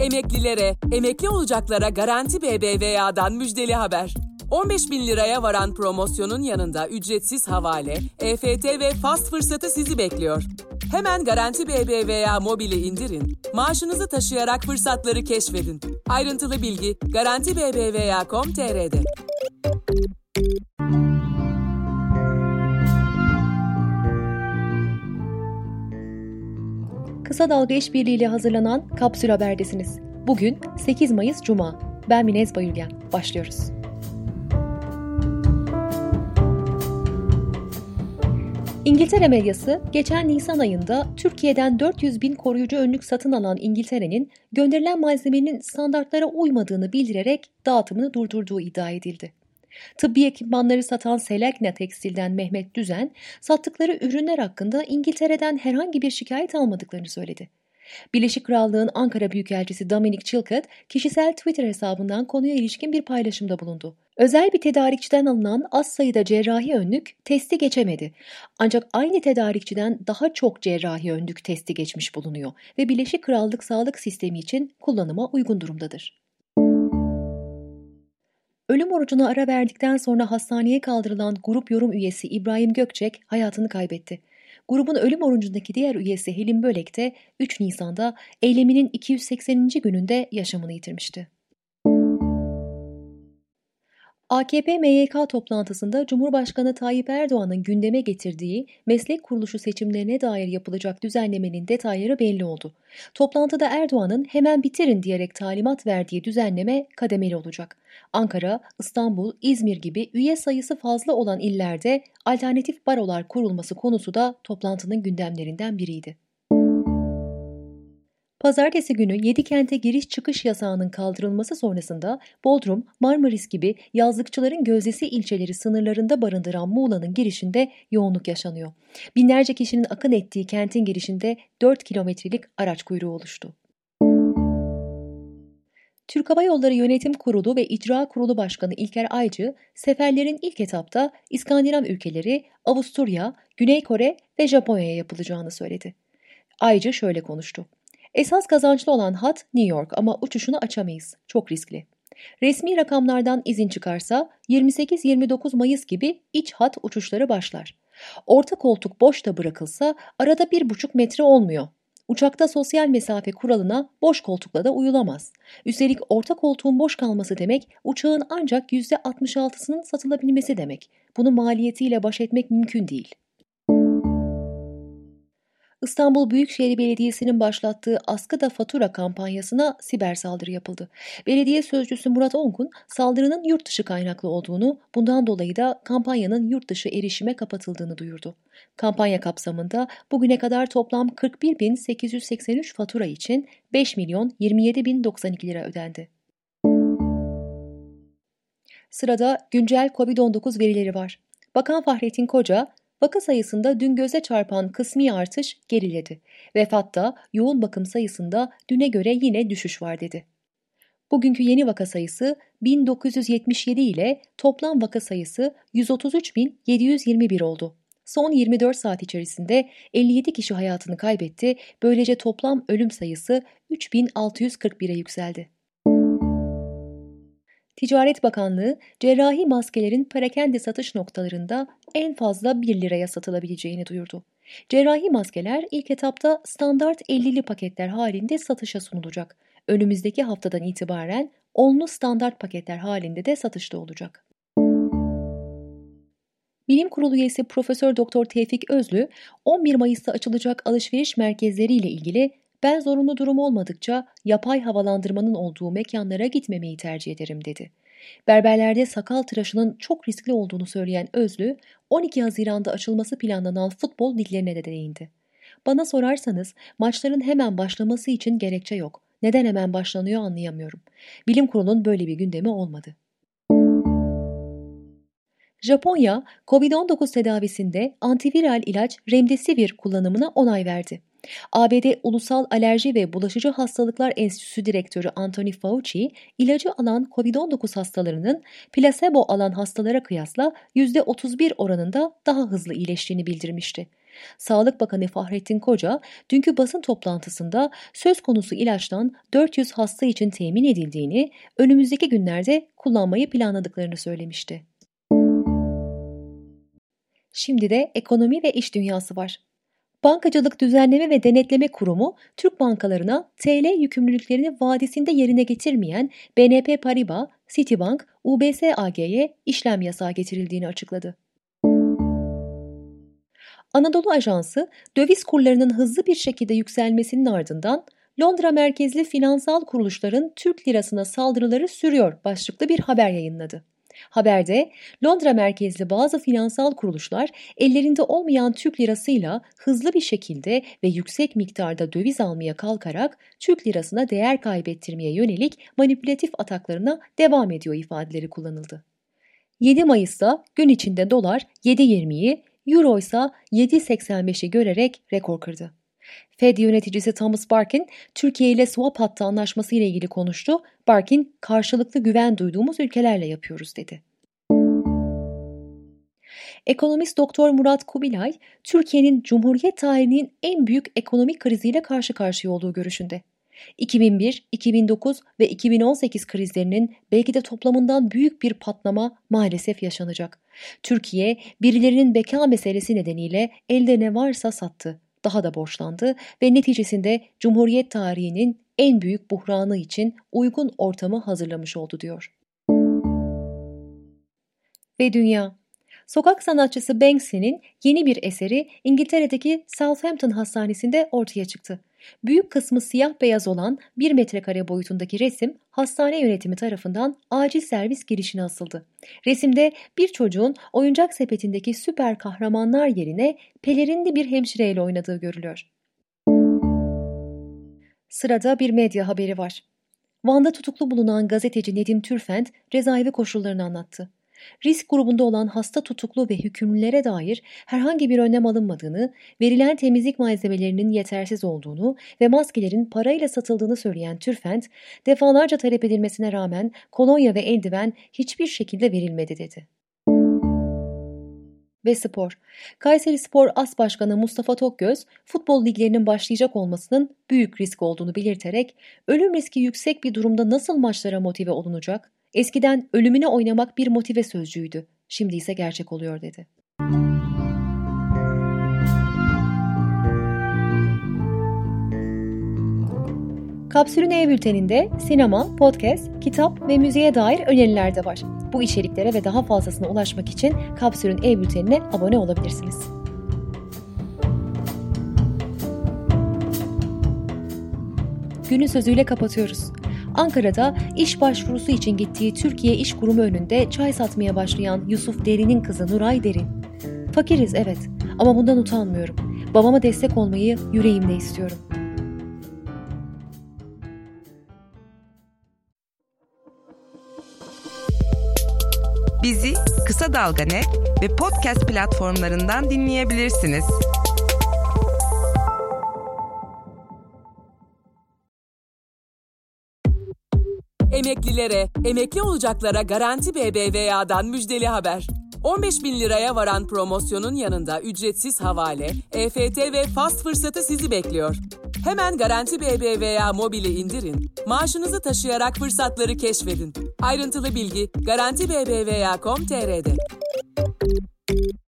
Emeklilere, emekli olacaklara Garanti BBVA'dan müjdeli haber. 15.000 liraya varan promosyonun yanında ücretsiz havale, EFT ve fast fırsatı sizi bekliyor. Hemen Garanti BBVA mobili indirin, maaşınızı taşıyarak fırsatları keşfedin. Ayrıntılı bilgi garantibbva.com.tr'de. Kısa Dalga İşbirliği ile hazırlanan Kapsül Haber'desiniz. Bugün 8 Mayıs Cuma. Ben Minez Bayülgen. Başlıyoruz. İngiltere medyası, geçen Nisan ayında Türkiye'den 400 bin koruyucu önlük satın alan İngiltere'nin gönderilen malzemenin standartlara uymadığını bildirerek dağıtımını durdurduğu iddia edildi. Tıbbi ekipmanları satan Selagna Tekstil'den Mehmet Düzen, sattıkları ürünler hakkında İngiltere'den herhangi bir şikayet almadıklarını söyledi. Birleşik Krallığın Ankara Büyükelçisi Dominic Chilcott, kişisel Twitter hesabından konuya ilişkin bir paylaşımda bulundu. Özel bir tedarikçiden alınan az sayıda cerrahi önlük testi geçemedi. Ancak aynı tedarikçiden daha çok cerrahi önlük testi geçmiş bulunuyor ve Birleşik Krallık sağlık sistemi için kullanıma uygun durumdadır. Ölüm orucuna ara verdikten sonra hastaneye kaldırılan grup yorum üyesi İbrahim Gökçek hayatını kaybetti. Grubun ölüm orucundaki diğer üyesi Helin Bölek de 3 Nisan'da eyleminin 280. gününde yaşamını yitirmişti. AKP MYK toplantısında Cumhurbaşkanı Tayyip Erdoğan'ın gündeme getirdiği meslek kuruluşu seçimlerine dair yapılacak düzenlemenin detayları belli oldu. Toplantıda Erdoğan'ın hemen bitirin diyerek talimat verdiği düzenleme kademeli olacak. Ankara, İstanbul, İzmir gibi üye sayısı fazla olan illerde alternatif barolar kurulması konusu da toplantının gündemlerinden biriydi. Pazartesi günü 7 kente giriş çıkış yasağının kaldırılması sonrasında Bodrum, Marmaris gibi yazlıkçıların gözdesi ilçeleri sınırlarında barındıran Muğla'nın girişinde yoğunluk yaşanıyor. Binlerce kişinin akın ettiği kentin girişinde 4 kilometrelik araç kuyruğu oluştu. Türk Hava Yolları Yönetim Kurulu ve İcra Kurulu Başkanı İlker Aycı, seferlerin ilk etapta İskandinav ülkeleri, Avusturya, Güney Kore ve Japonya'ya yapılacağını söyledi. Aycı şöyle konuştu. Esas kazançlı olan hat New York ama uçuşunu açamayız. Çok riskli. Resmi rakamlardan izin çıkarsa 28-29 Mayıs gibi iç hat uçuşları başlar. Orta koltuk boş da bırakılsa arada 1,5 metre olmuyor. Uçakta sosyal mesafe kuralına boş koltukla da uyulamaz. Üstelik orta koltuğun boş kalması demek uçağın ancak %66'sının satılabilmesi demek. Bunun maliyetiyle baş etmek mümkün değil. İstanbul Büyükşehir Belediyesi'nin başlattığı Askıda Fatura kampanyasına siber saldırı yapıldı. Belediye sözcüsü Murat Ongun, saldırının yurt dışı kaynaklı olduğunu, bundan dolayı da kampanyanın yurt dışı erişime kapatıldığını duyurdu. Kampanya kapsamında bugüne kadar toplam 41.883 fatura için 5.027.092 lira ödendi. Sırada güncel COVID-19 verileri var. Bakan Fahrettin Koca, vaka sayısında dün göze çarpan kısmi artış geriledi. Vefatta, yoğun bakım sayısında düne göre yine düşüş var dedi. Bugünkü yeni vaka sayısı 1977 ile toplam vaka sayısı 133.721 oldu. Son 24 saat içerisinde 57 kişi hayatını kaybetti. Böylece toplam ölüm sayısı 3.641'e yükseldi. Ticaret Bakanlığı, cerrahi maskelerin perakende satış noktalarında en fazla 1 liraya satılabileceğini duyurdu. Cerrahi maskeler ilk etapta standart 50'li paketler halinde satışa sunulacak. Önümüzdeki haftadan itibaren 10'lu standart paketler halinde de satışta olacak. Bilim Kurulu üyesi Profesör Doktor Tevfik Özlü, 11 Mayıs'ta açılacak alışveriş merkezleriyle ilgili "Ben zorunlu durum olmadıkça yapay havalandırmanın olduğu mekanlara gitmemeyi tercih ederim" dedi. Berberlerde sakal tıraşının çok riskli olduğunu söyleyen Özlü, 12 Haziran'da açılması planlanan futbol liglerine de değindi. "Bana sorarsanız maçların hemen başlaması için gerekçe yok. Neden hemen başlanıyor anlayamıyorum. Bilim Kurulu'nun böyle bir gündemi olmadı." Japonya, COVID-19 tedavisinde antiviral ilaç Remdesivir kullanımına onay verdi. ABD Ulusal Alerji ve Bulaşıcı Hastalıklar Enstitüsü Direktörü Anthony Fauci, ilacı alan COVID-19 hastalarının plasebo alan hastalara kıyasla %31 oranında daha hızlı iyileştiğini bildirmişti. Sağlık Bakanı Fahrettin Koca, dünkü basın toplantısında söz konusu ilaçtan 400 hasta için temin edildiğini, önümüzdeki günlerde kullanmayı planladıklarını söylemişti. Şimdi de ekonomi ve iş dünyası var. Bankacılık Düzenleme ve Denetleme Kurumu, Türk bankalarına TL yükümlülüklerini vadesinde yerine getirmeyen BNP Paribas, Citibank, UBS AG'ye işlem yasağı getirildiğini açıkladı. Anadolu Ajansı, döviz kurlarının hızlı bir şekilde yükselmesinin ardından Londra merkezli finansal kuruluşların Türk lirasına saldırıları sürüyor başlıklı bir haber yayınladı. Haberde Londra merkezli bazı finansal kuruluşlar ellerinde olmayan Türk lirasıyla hızlı bir şekilde ve yüksek miktarda döviz almaya kalkarak Türk lirasına değer kaybettirmeye yönelik manipülatif ataklarına devam ediyor ifadeleri kullanıldı. 7 Mayıs'ta gün içinde dolar 7.20'yi, euro ise 7.85'i görerek rekor kırdı. Fed yöneticisi Thomas Barkin, Türkiye ile swap hattı anlaşması ile ilgili konuştu. Barkin, karşılıklı güven duyduğumuz ülkelerle yapıyoruz dedi. Ekonomist Doktor Murat Kubilay, Türkiye'nin Cumhuriyet tarihinin en büyük ekonomik kriziyle karşı karşıya olduğu görüşünde. 2001, 2009 ve 2018 krizlerinin belki de toplamından büyük bir patlama maalesef yaşanacak. Türkiye, birilerinin beka meselesi nedeniyle elde ne varsa sattı. Daha da borçlandı ve neticesinde Cumhuriyet tarihinin en büyük buhranı için uygun ortamı hazırlamış oldu diyor. Ve dünya. Sokak sanatçısı Banksy'nin yeni bir eseri İngiltere'deki Southampton Hastanesi'nde ortaya çıktı. Büyük kısmı siyah beyaz olan 1 metrekare boyutundaki resim hastane yönetimi tarafından acil servis girişine asıldı. Resimde bir çocuğun oyuncak sepetindeki süper kahramanlar yerine pelerinli bir hemşireyle oynadığı görülüyor. Sırada bir medya haberi var. Van'da tutuklu bulunan gazeteci Nedim Türfent cezaevi koşullarını anlattı. Risk grubunda olan hasta tutuklu ve hükümlülere dair herhangi bir önlem alınmadığını, verilen temizlik malzemelerinin yetersiz olduğunu ve maskelerin parayla satıldığını söyleyen Türfent, defalarca talep edilmesine rağmen kolonya ve eldiven hiçbir şekilde verilmedi dedi. Ve spor. Kayserispor As Başkanı Mustafa Tokgöz, futbol liglerinin başlayacak olmasının büyük risk olduğunu belirterek, ölüm riski yüksek bir durumda nasıl maçlara motive olunacak? Eskiden ölümüne oynamak bir motive sözcüğüydü, şimdi ise gerçek oluyor dedi. Kapsül'ün e-bülteninde sinema, podcast, kitap ve müziğe dair öneriler de var. Bu içeriklere ve daha fazlasına ulaşmak için Kapsül'ün e-bültenine abone olabilirsiniz. Günün sözüyle kapatıyoruz. Ankara'da iş başvurusu için gittiği Türkiye İş Kurumu önünde çay satmaya başlayan Yusuf Derin'in kızı Nuray Derin. Fakiriz evet ama bundan utanmıyorum. Babama destek olmayı yüreğimle istiyorum. Bizi Kısa Dalga Net ve podcast platformlarından dinleyebilirsiniz. Emeklilere, emekli olacaklara Garanti BBVA'dan müjdeli haber. 15.000 liraya varan promosyonun yanında ücretsiz havale, EFT ve fast fırsatı sizi bekliyor. Hemen Garanti BBVA mobili indirin, maaşınızı taşıyarak fırsatları keşfedin. Ayrıntılı bilgi garantibbva.com.tr'de.